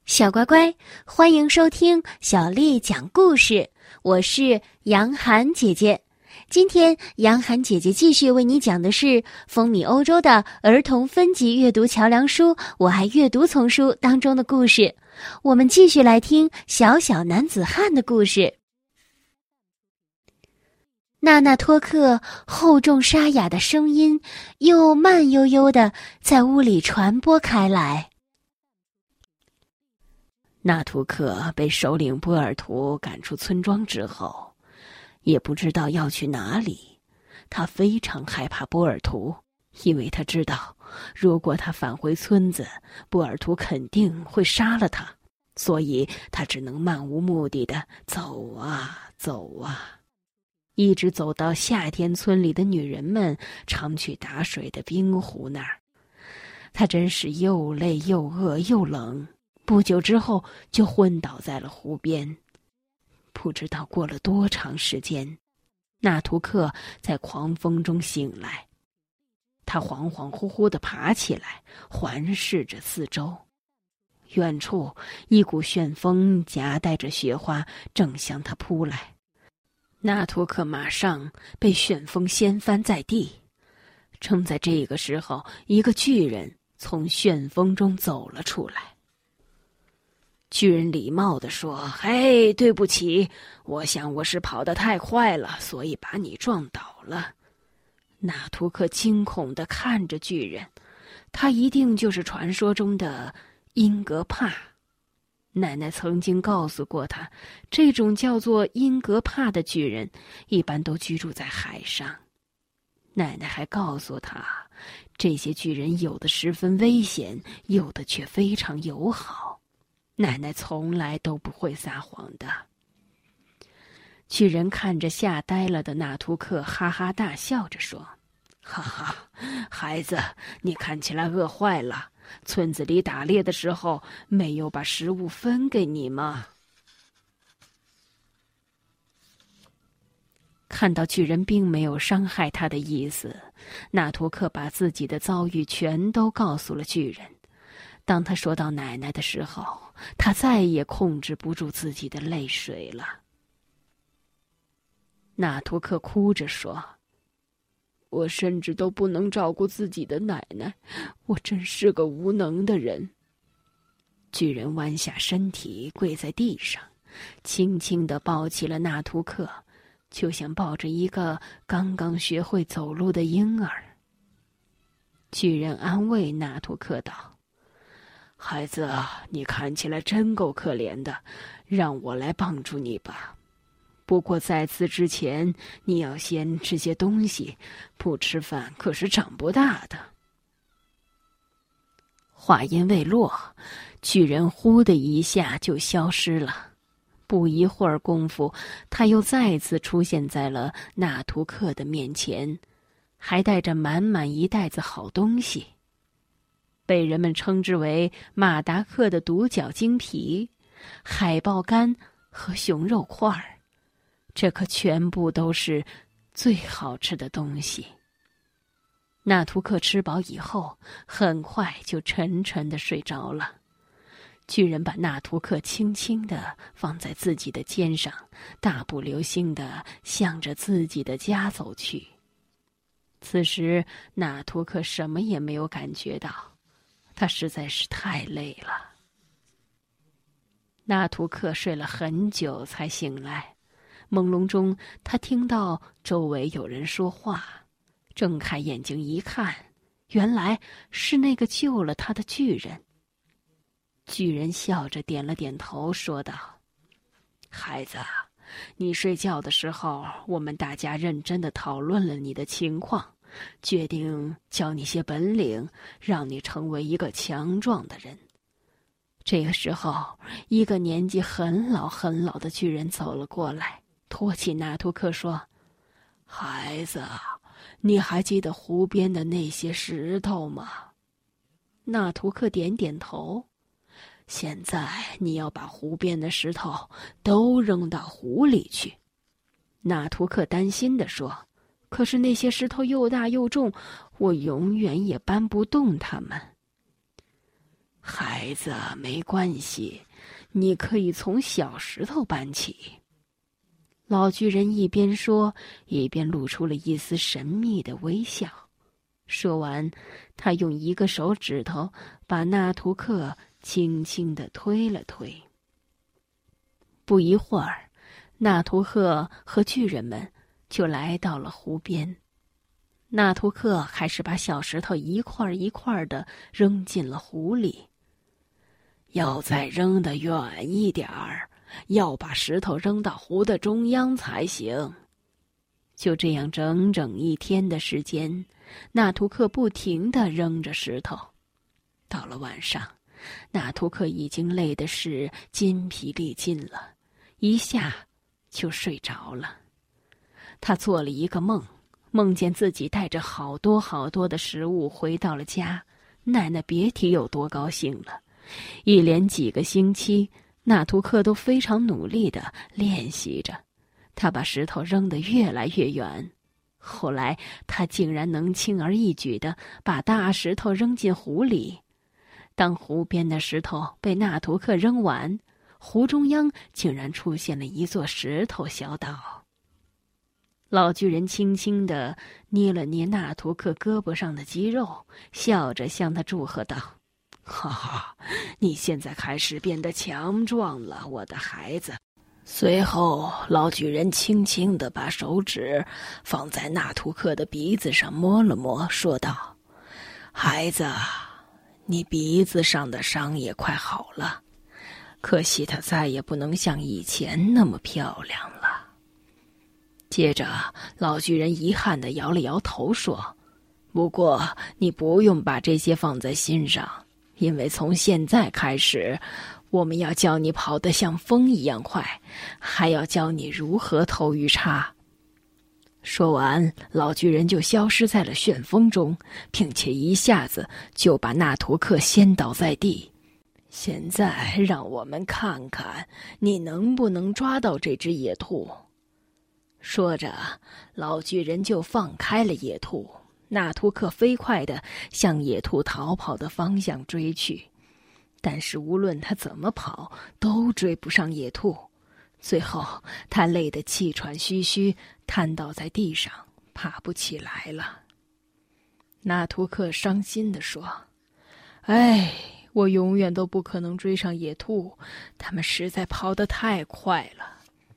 小乖乖，欢迎收听小丽讲故事，我是杨涵姐姐。今天杨涵姐姐继续为你讲的是风靡欧洲的儿童分级阅读桥梁书《我爱阅读》丛书当中的故事。我们继续来听小小男子汉的故事。纳纳托克厚重沙哑的声音又慢悠悠地在屋里传播开来。 纳图克被首领波尔图赶出村庄之后，也不知道要去哪里。他非常害怕波尔图，因为他知道，如果他返回村子，波尔图肯定会杀了他，所以他只能漫无目的地走啊走啊，一直走到夏天村里的女人们常去打水的冰湖那儿。他真是又累又饿又冷，不久之后就昏倒在了湖边。不知道过了多长时间，纳图克在狂风中醒来。他恍恍惚惚地爬起来，环视着四周。远处一股旋风夹带着雪花正向他扑来，纳图克马上被旋风掀翻在地。正在这个时候，一个巨人从旋风中走了出来。巨人礼貌地说：“嘿，对不起，我想我是跑得太快了，所以把你撞倒了。”纳图克惊恐地看着巨人，他一定就是传说中的英格帕。奶奶曾经告诉过他，这种叫做英格帕的巨人一般都居住在海上。奶奶还告诉他，这些巨人有的十分危险，有的却非常友好。奶奶从来都不会撒谎的。巨人看着吓呆了的纳图克，哈哈大笑着说：“哈哈，孩子，你看起来饿坏了。村子里打猎的时候，没有把食物分给你吗？”看到巨人并没有伤害他的意思，纳图克把自己的遭遇全都告诉了巨人。当他说到奶奶的时候，他再也控制不住自己的泪水了。纳图克哭着说：“我甚至都不能照顾自己的奶奶，我真是个无能的人。”巨人弯下身体，跪在地上，轻轻地抱起了纳图克，就像抱着一个刚刚学会走路的婴儿。巨人安慰纳图克道：“孩子，你看起来真够可怜的，让我来帮助你吧。不过在此之前，你要先吃些东西，不吃饭可是长不大的。”话音未落，巨人呼的一下就消失了。不一会儿功夫，他又再次出现在了纳图克的面前，还带着满满一袋子好东西。被人们称之为马达克的独角鲸皮、海豹干和熊肉块儿，这可全部都是最好吃的东西。纳图克吃饱以后，很快就沉沉地睡着了。巨人把纳图克轻轻地放在自己的肩上，大步流星地向着自己的家走去。此时，纳图克什么也没有感觉到，他实在是太累了。纳图克睡了很久才醒来，朦胧中他听到周围有人说话，睁开眼睛一看，原来是那个救了他的巨人。巨人笑着点了点头，说道：“孩子，你睡觉的时候，我们大家认真地讨论了你的情况，决定教你些本领，让你成为一个强壮的人。”这个时候，一个年纪很老很老的巨人走了过来，托起纳图克说：“孩子，你还记得湖边的那些石头吗？”纳图克点点头。现在你要把湖边的石头都扔到湖里去。纳图克担心地说：“可是那些石头又大又重，我永远也搬不动它们。” 孩子，没关系，你可以从小石头搬起。老巨人一边说，一边露出了一丝神秘的微笑。说完，他用一个手指头把纳图克轻轻地推了推。不一会儿，纳图克和巨人们就来到了湖边。纳图克还是把小石头一块一块地扔进了湖里。要再扔得远一点儿，要把石头扔到湖的中央才行。就这样整整1天的时间，纳图克不停地扔着石头。到了晚上，纳图克已经累得是筋疲力尽了，一下就睡着了。他做了一个梦，梦见自己带着好多好多的食物回到了家，奶奶别提有多高兴了。一连几个星期，纳图克都非常努力地练习着，他把石头扔得越来越远。后来，他竟然能轻而易举地把大石头扔进湖里。当湖边的石头被纳图克扔完，湖中央竟然出现了一座石头小岛。老巨人轻轻地捏了捏纳图克胳膊上的肌肉，笑着向他祝贺道：“哈哈，你现在开始变得强壮了，我的孩子。”随后，老巨人轻轻地把手指放在纳图克的鼻子上摸了摸，说道：“孩子，你鼻子上的伤也快好了，可惜它再也不能像以前那么漂亮了。”接着，老巨人遗憾地摇了摇头，说：“不过，你不用把这些放在心上，因为从现在开始，我们要教你跑得像风一样快，还要教你如何投鱼叉。”说完，老巨人就消失在了旋风中，并且一下子就把纳图克掀倒在地。现在，让我们看看你能不能抓到这只野兔。说着，老巨人就放开了野兔。纳图克飞快地向野兔逃跑的方向追去，但是无论他怎么跑，都追不上野兔。最后，他累得气喘吁吁，瘫倒在地上，爬不起来了。纳图克伤心地说：“哎，我永远都不可能追上野兔，它们实在跑得太快了。”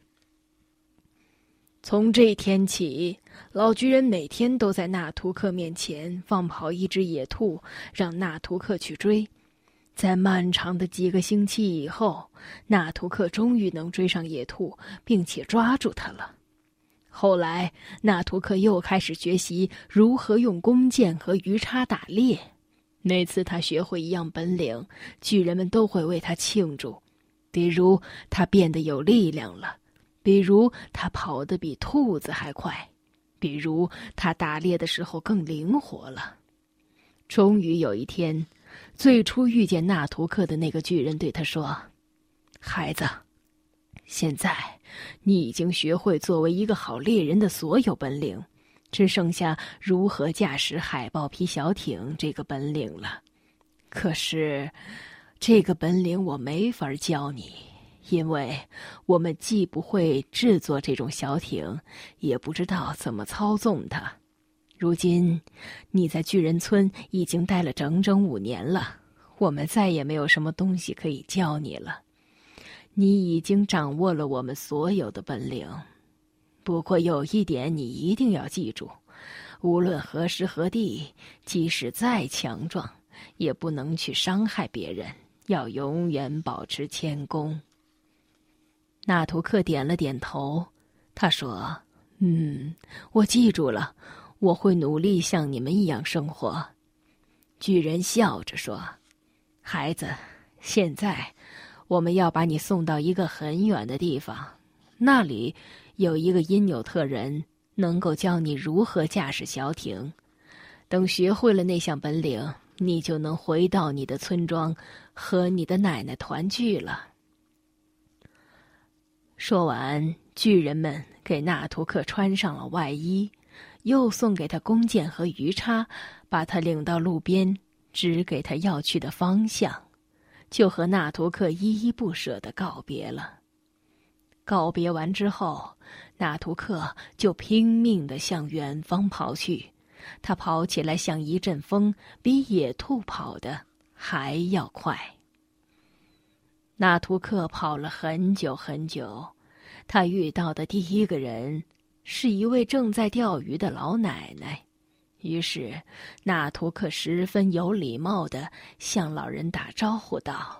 从这天起，老巨人每天都在纳图克面前放跑一只野兔，让纳图克去追。在漫长的几个星期以后，纳图克终于能追上野兔，并且抓住它了。后来，纳图克又开始学习如何用弓箭和鱼叉打猎。每次他学会一样本领，巨人们都会为他庆祝，比如他变得有力量了，比如他跑得比兔子还快，比如他打猎的时候更灵活了。终于有一天，最初遇见纳图克的那个巨人对他说：“孩子，现在你已经学会作为一个好猎人的所有本领，只剩下如何驾驶海豹皮小艇这个本领了。可是，这个本领我没法教你，因为我们既不会制作这种小艇，也不知道怎么操纵它。如今，你在巨人村已经待了整整5年了，我们再也没有什么东西可以教你了。你已经掌握了我们所有的本领。不过有一点你一定要记住，无论何时何地，即使再强壮，也不能去伤害别人，要永远保持谦恭。”纳图克点了点头，他说：“我记住了，我会努力像你们一样生活。”巨人笑着说：“孩子，现在我们要把你送到一个很远的地方，那里有一个因纽特人能够教你如何驾驶小艇。等学会了那项本领，你就能回到你的村庄，和你的奶奶团聚了。”说完，巨人们给纳图克穿上了外衣，又送给他弓箭和鱼叉，把他领到路边，指给他要去的方向。 就和纳图克依依不舍地告别了。告别完之后，纳图克就拼命地向远方跑去，他跑起来像一阵风，比野兔跑的还要快。纳图克跑了很久很久，他遇到的第一个人是一位正在钓鱼的老奶奶。于是纳图克十分有礼貌地向老人打招呼道：“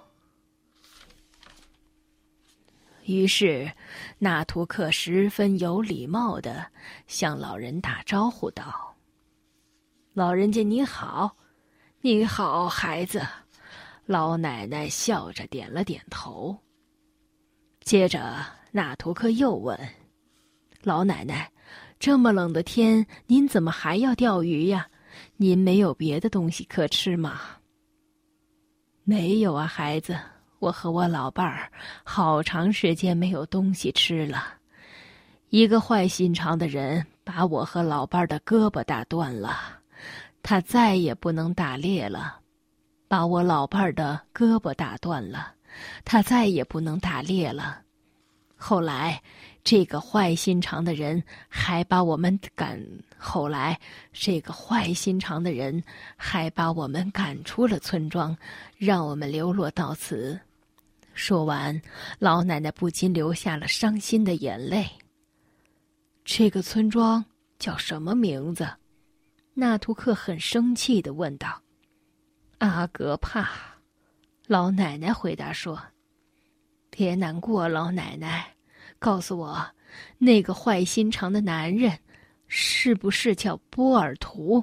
老人家你好。”“你好，孩子。”老奶奶笑着点了点头。接着纳图克又问：“老奶奶，这么冷的天，您怎么还要钓鱼呀？您没有别的东西可吃吗？”“没有啊，孩子，我和我老伴儿好长时间没有东西吃了。一个坏心肠的人把我和老伴儿的胳膊打断了，他再也不能打猎了。把我老伴儿的胳膊打断了，他再也不能打猎了。后来这个坏心肠的人还把我们赶出了村庄，让我们流落到此。”说完，老奶奶不禁流下了伤心的眼泪。“这个村庄叫什么名字？”纳图克很生气地问道。“阿格帕。”老奶奶回答说。“别难过，老奶奶，告诉我，那个坏心肠的男人是不是叫波尔图？”“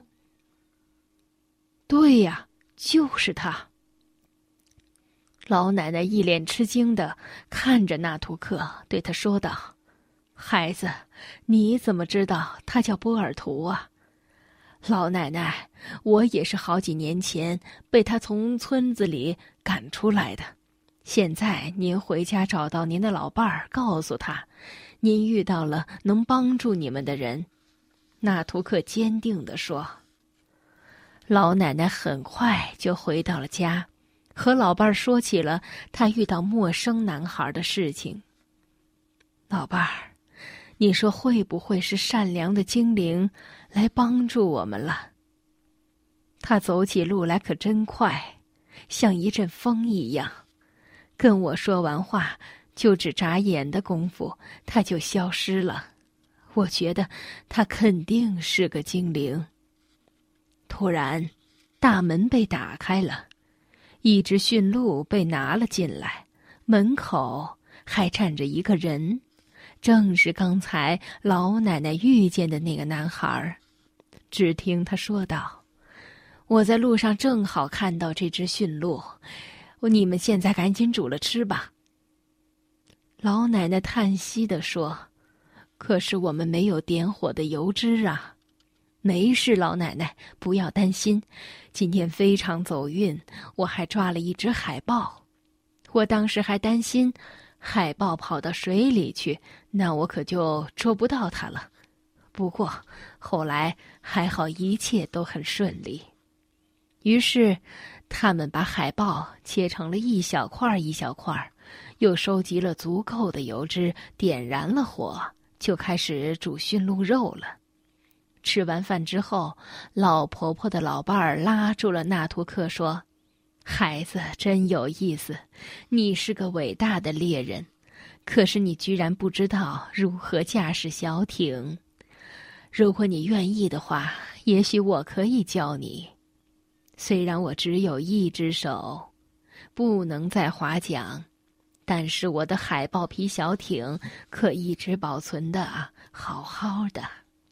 对呀，就是他。”老奶奶一脸吃惊地看着纳图克，对他说道：“孩子，你怎么知道他叫波尔图啊？”“老奶奶，我也是好几年前被他从村子里赶出来的。现在您回家找到您的老伴儿，告诉他，您遇到了能帮助你们的人。”纳图克坚定地说。老奶奶很快就回到了家，和老伴儿说起了他遇到陌生男孩的事情。“老伴儿，你说会不会是善良的精灵来帮助我们了？他走起路来可真快，像一阵风一样。跟我说完话，就只眨眼的功夫，他就消失了。我觉得他肯定是个精灵。”突然，大门被打开了，一只驯鹿被拿了进来，门口还站着一个人，正是刚才老奶奶遇见的那个男孩。只听他说道：“我在路上正好看到这只驯鹿，你们现在赶紧煮了吃吧。”老奶奶叹息地说：“可是我们没有点火的油脂啊。”“没事，老奶奶，不要担心。今天非常走运，我还抓了一只海豹。我当时还担心海豹跑到水里去，那我可就捉不到它了。不过后来还好，一切都很顺利。”于是他们把海豹切成了一小块一小块，又收集了足够的油脂，点燃了火，就开始煮驯鹿肉了。吃完饭之后，老婆婆的老伴儿拉住了纳图克说：“孩子，真有意思，你是个伟大的猎人，可是你居然不知道如何驾驶小艇。如果你愿意的话，也许我可以教你。虽然我只有一只手，不能再划桨，但是我的海豹皮小艇可一直保存的好好的。”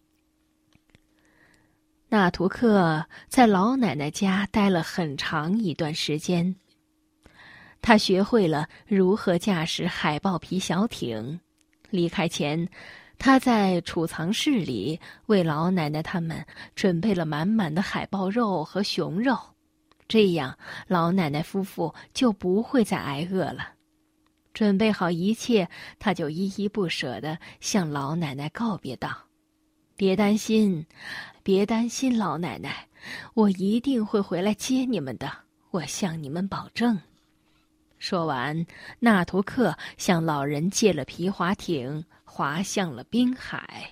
纳图克在老奶奶家待了很长一段时间，他学会了如何驾驶海豹皮小艇。离开前，他在储藏室里为老奶奶他们准备了满满的海豹肉和熊肉，这样老奶奶夫妇就不会再挨饿了。准备好一切，他就依依不舍地向老奶奶告别道：“别担心，别担心，老奶奶，我一定会回来接你们的，我向你们保证。” 说完，纳图克向老人借了皮划艇，划向了滨海。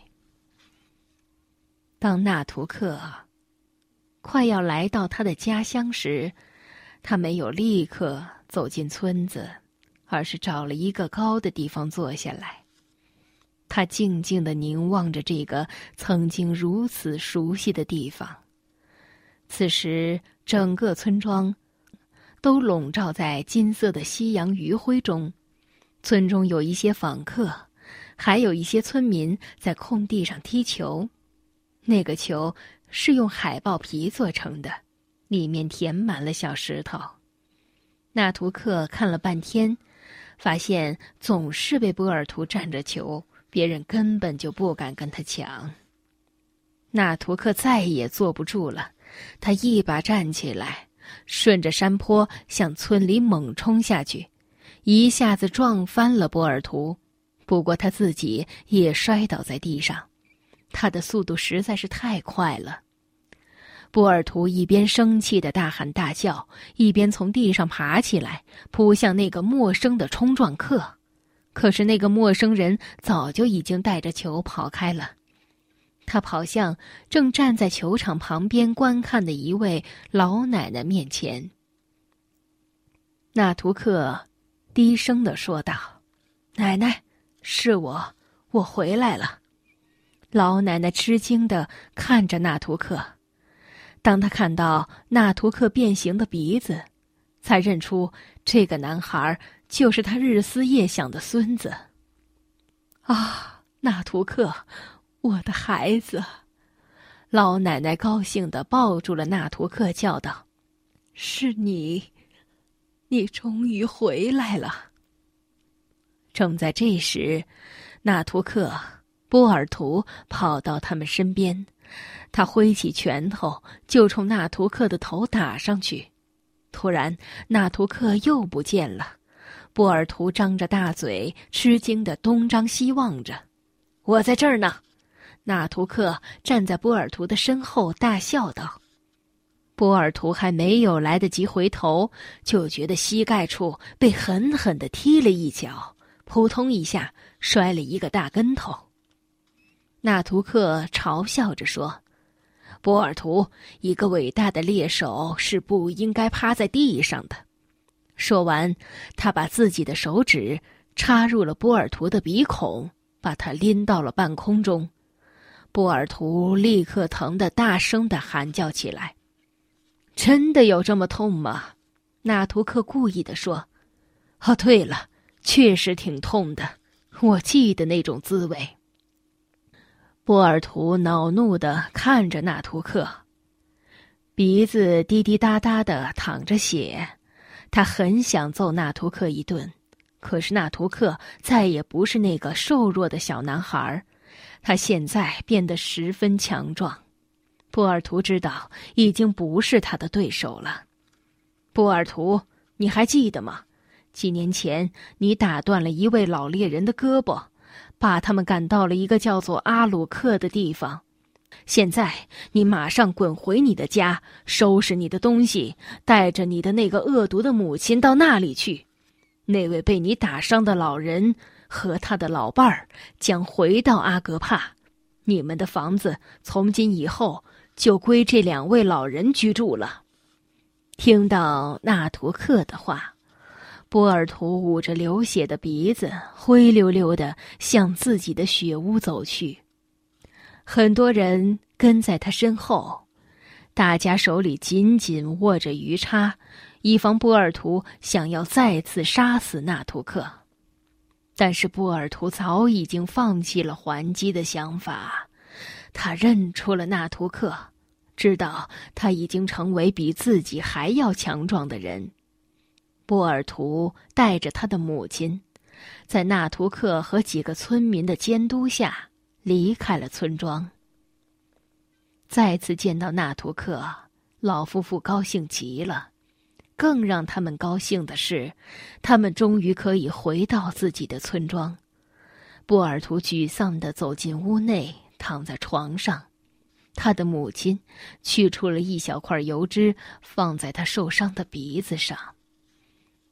当纳图克快要来到他的家乡时，他没有立刻走进村子，而是找了一个高的地方坐下来。他静静地凝望着这个曾经如此熟悉的地方。此时，整个村庄都笼罩在金色的夕阳余晖中。村中有一些访客，还有一些村民在空地上踢球。那个球是用海豹皮做成的，里面填满了小石头。纳图克看了半天，发现总是被波尔图占着球，别人根本就不敢跟他抢。纳图克再也坐不住了，他一把站起来，顺着山坡向村里猛冲下去，一下子撞翻了波尔图，不过他自己也摔倒在地上。他的速度实在是太快了。波尔图一边生气地大喊大叫，一边从地上爬起来，扑向那个陌生的冲撞客。可是那个陌生人早就已经带着球跑开了。他跑向正站在球场旁边观看的一位老奶奶面前。纳图克低声地说道：“奶奶，是我回来了。”老奶奶吃惊地看着纳图克，当他看到纳图克变形的鼻子，才认出这个男孩就是他日思夜想的孙子。啊，纳图克，我的孩子！老奶奶高兴地抱住了纳图克，叫道：“是你终于回来了。”正在这时，纳图克、波尔图跑到他们身边，他挥起拳头就冲纳图克的头打上去。突然，纳图克又不见了。波尔图张着大嘴，吃惊地东张西望着。“我在这儿呢！”纳图克站在波尔图的身后大笑道。波尔图还没有来得及回头，就觉得膝盖处被狠狠地踢了一脚，扑通一下摔了一个大跟头。纳图克嘲笑着说：“波尔图，一个伟大的猎手是不应该趴在地上的。”说完，他把自己的手指插入了波尔图的鼻孔，把他拎到了半空中。波尔图立刻疼得大声地喊叫起来。“真的有这么痛吗？”纳图克故意地说。“哦，对了，确实挺痛的，我记得那种滋味。”波尔图恼怒地看着纳图克，鼻子滴滴答答地淌着血。他很想揍纳图克一顿，可是纳图克再也不是那个瘦弱的小男孩，他现在变得十分强壮。波尔图知道已经不是他的对手了。“波尔图，你还记得吗？几年前你打断了一位老猎人的胳膊，把他们赶到了一个叫做阿鲁克的地方。现在你马上滚回你的家，收拾你的东西，带着你的那个恶毒的母亲到那里去。那位被你打伤的老人和他的老伴儿将回到阿格帕，你们的房子从今以后就归这2位老人居住了。”听到纳图克的话，波尔图捂着流血的鼻子，灰溜溜地向自己的雪屋走去。很多人跟在他身后，大家手里紧紧握着鱼叉，以防波尔图想要再次杀死纳图克。但是波尔图早已经放弃了还击的想法，他认出了纳图克，知道他已经成为比自己还要强壮的人。波尔图带着他的母亲，在纳图克和几个村民的监督下离开了村庄。再次见到纳图克，老夫妇高兴极了。更让他们高兴的是，他们终于可以回到自己的村庄。波尔图沮丧地走进屋内，躺在床上。他的母亲取出了一小块油脂，放在他受伤的鼻子上。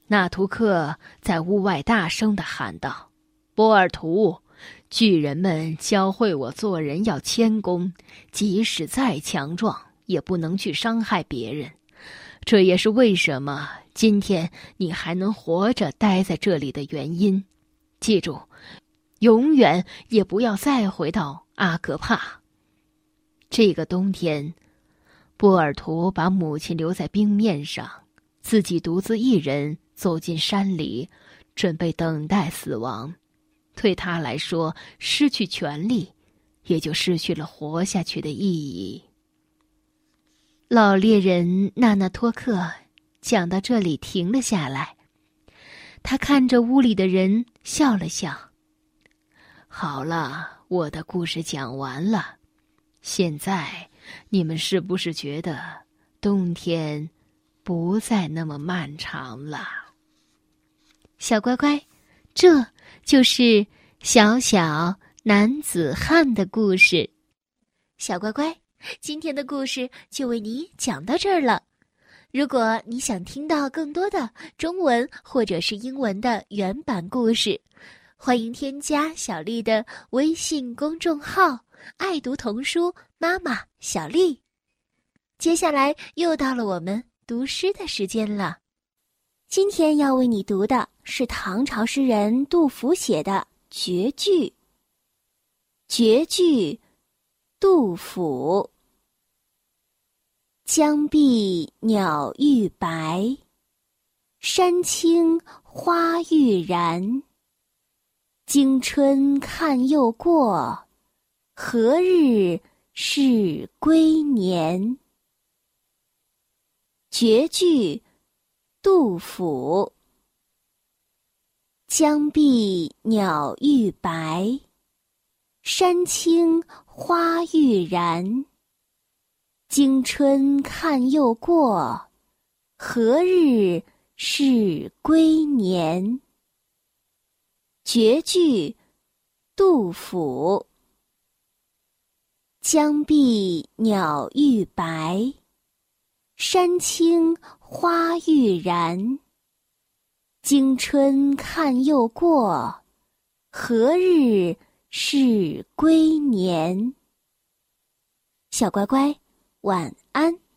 纳图克在屋外大声地喊道：“波尔图，巨人们教会我做人要谦恭，即使再强壮，也不能去伤害别人。这也是为什么今天你还能活着待在这里的原因。记住，永远也不要再回到阿格帕。”这个冬天，波尔图把母亲留在冰面上，自己独自一人走进山里，准备等待死亡。对他来说，失去权利，也就失去了活下去的意义。老猎人纳纳托克讲到这里停了下来，他看着屋里的人笑了笑。好了，我的故事讲完了。现在你们是不是觉得冬天不再那么漫长了？ 小乖乖，这就是小小男子汉的故事。小乖乖，今天的故事就为你讲到这儿了。如果你想听到更多的中文或者是英文的原版故事，欢迎添加小丽的微信公众号爱读童书妈妈小丽。接下来又到了我们读诗的时间了。今天要为你读的是唐朝诗人杜甫写的绝句。绝句，杜甫。江碧鸟欲白，山青花欲燃。惊春看又过，何日是归年？绝句，杜甫。江碧鸟欲白，山青花欲燃。惊春看又过，何日是归年？绝句，杜甫。江碧鸟欲白，山青花欲燃。惊春看又过，何日是归年？小乖乖，晚安。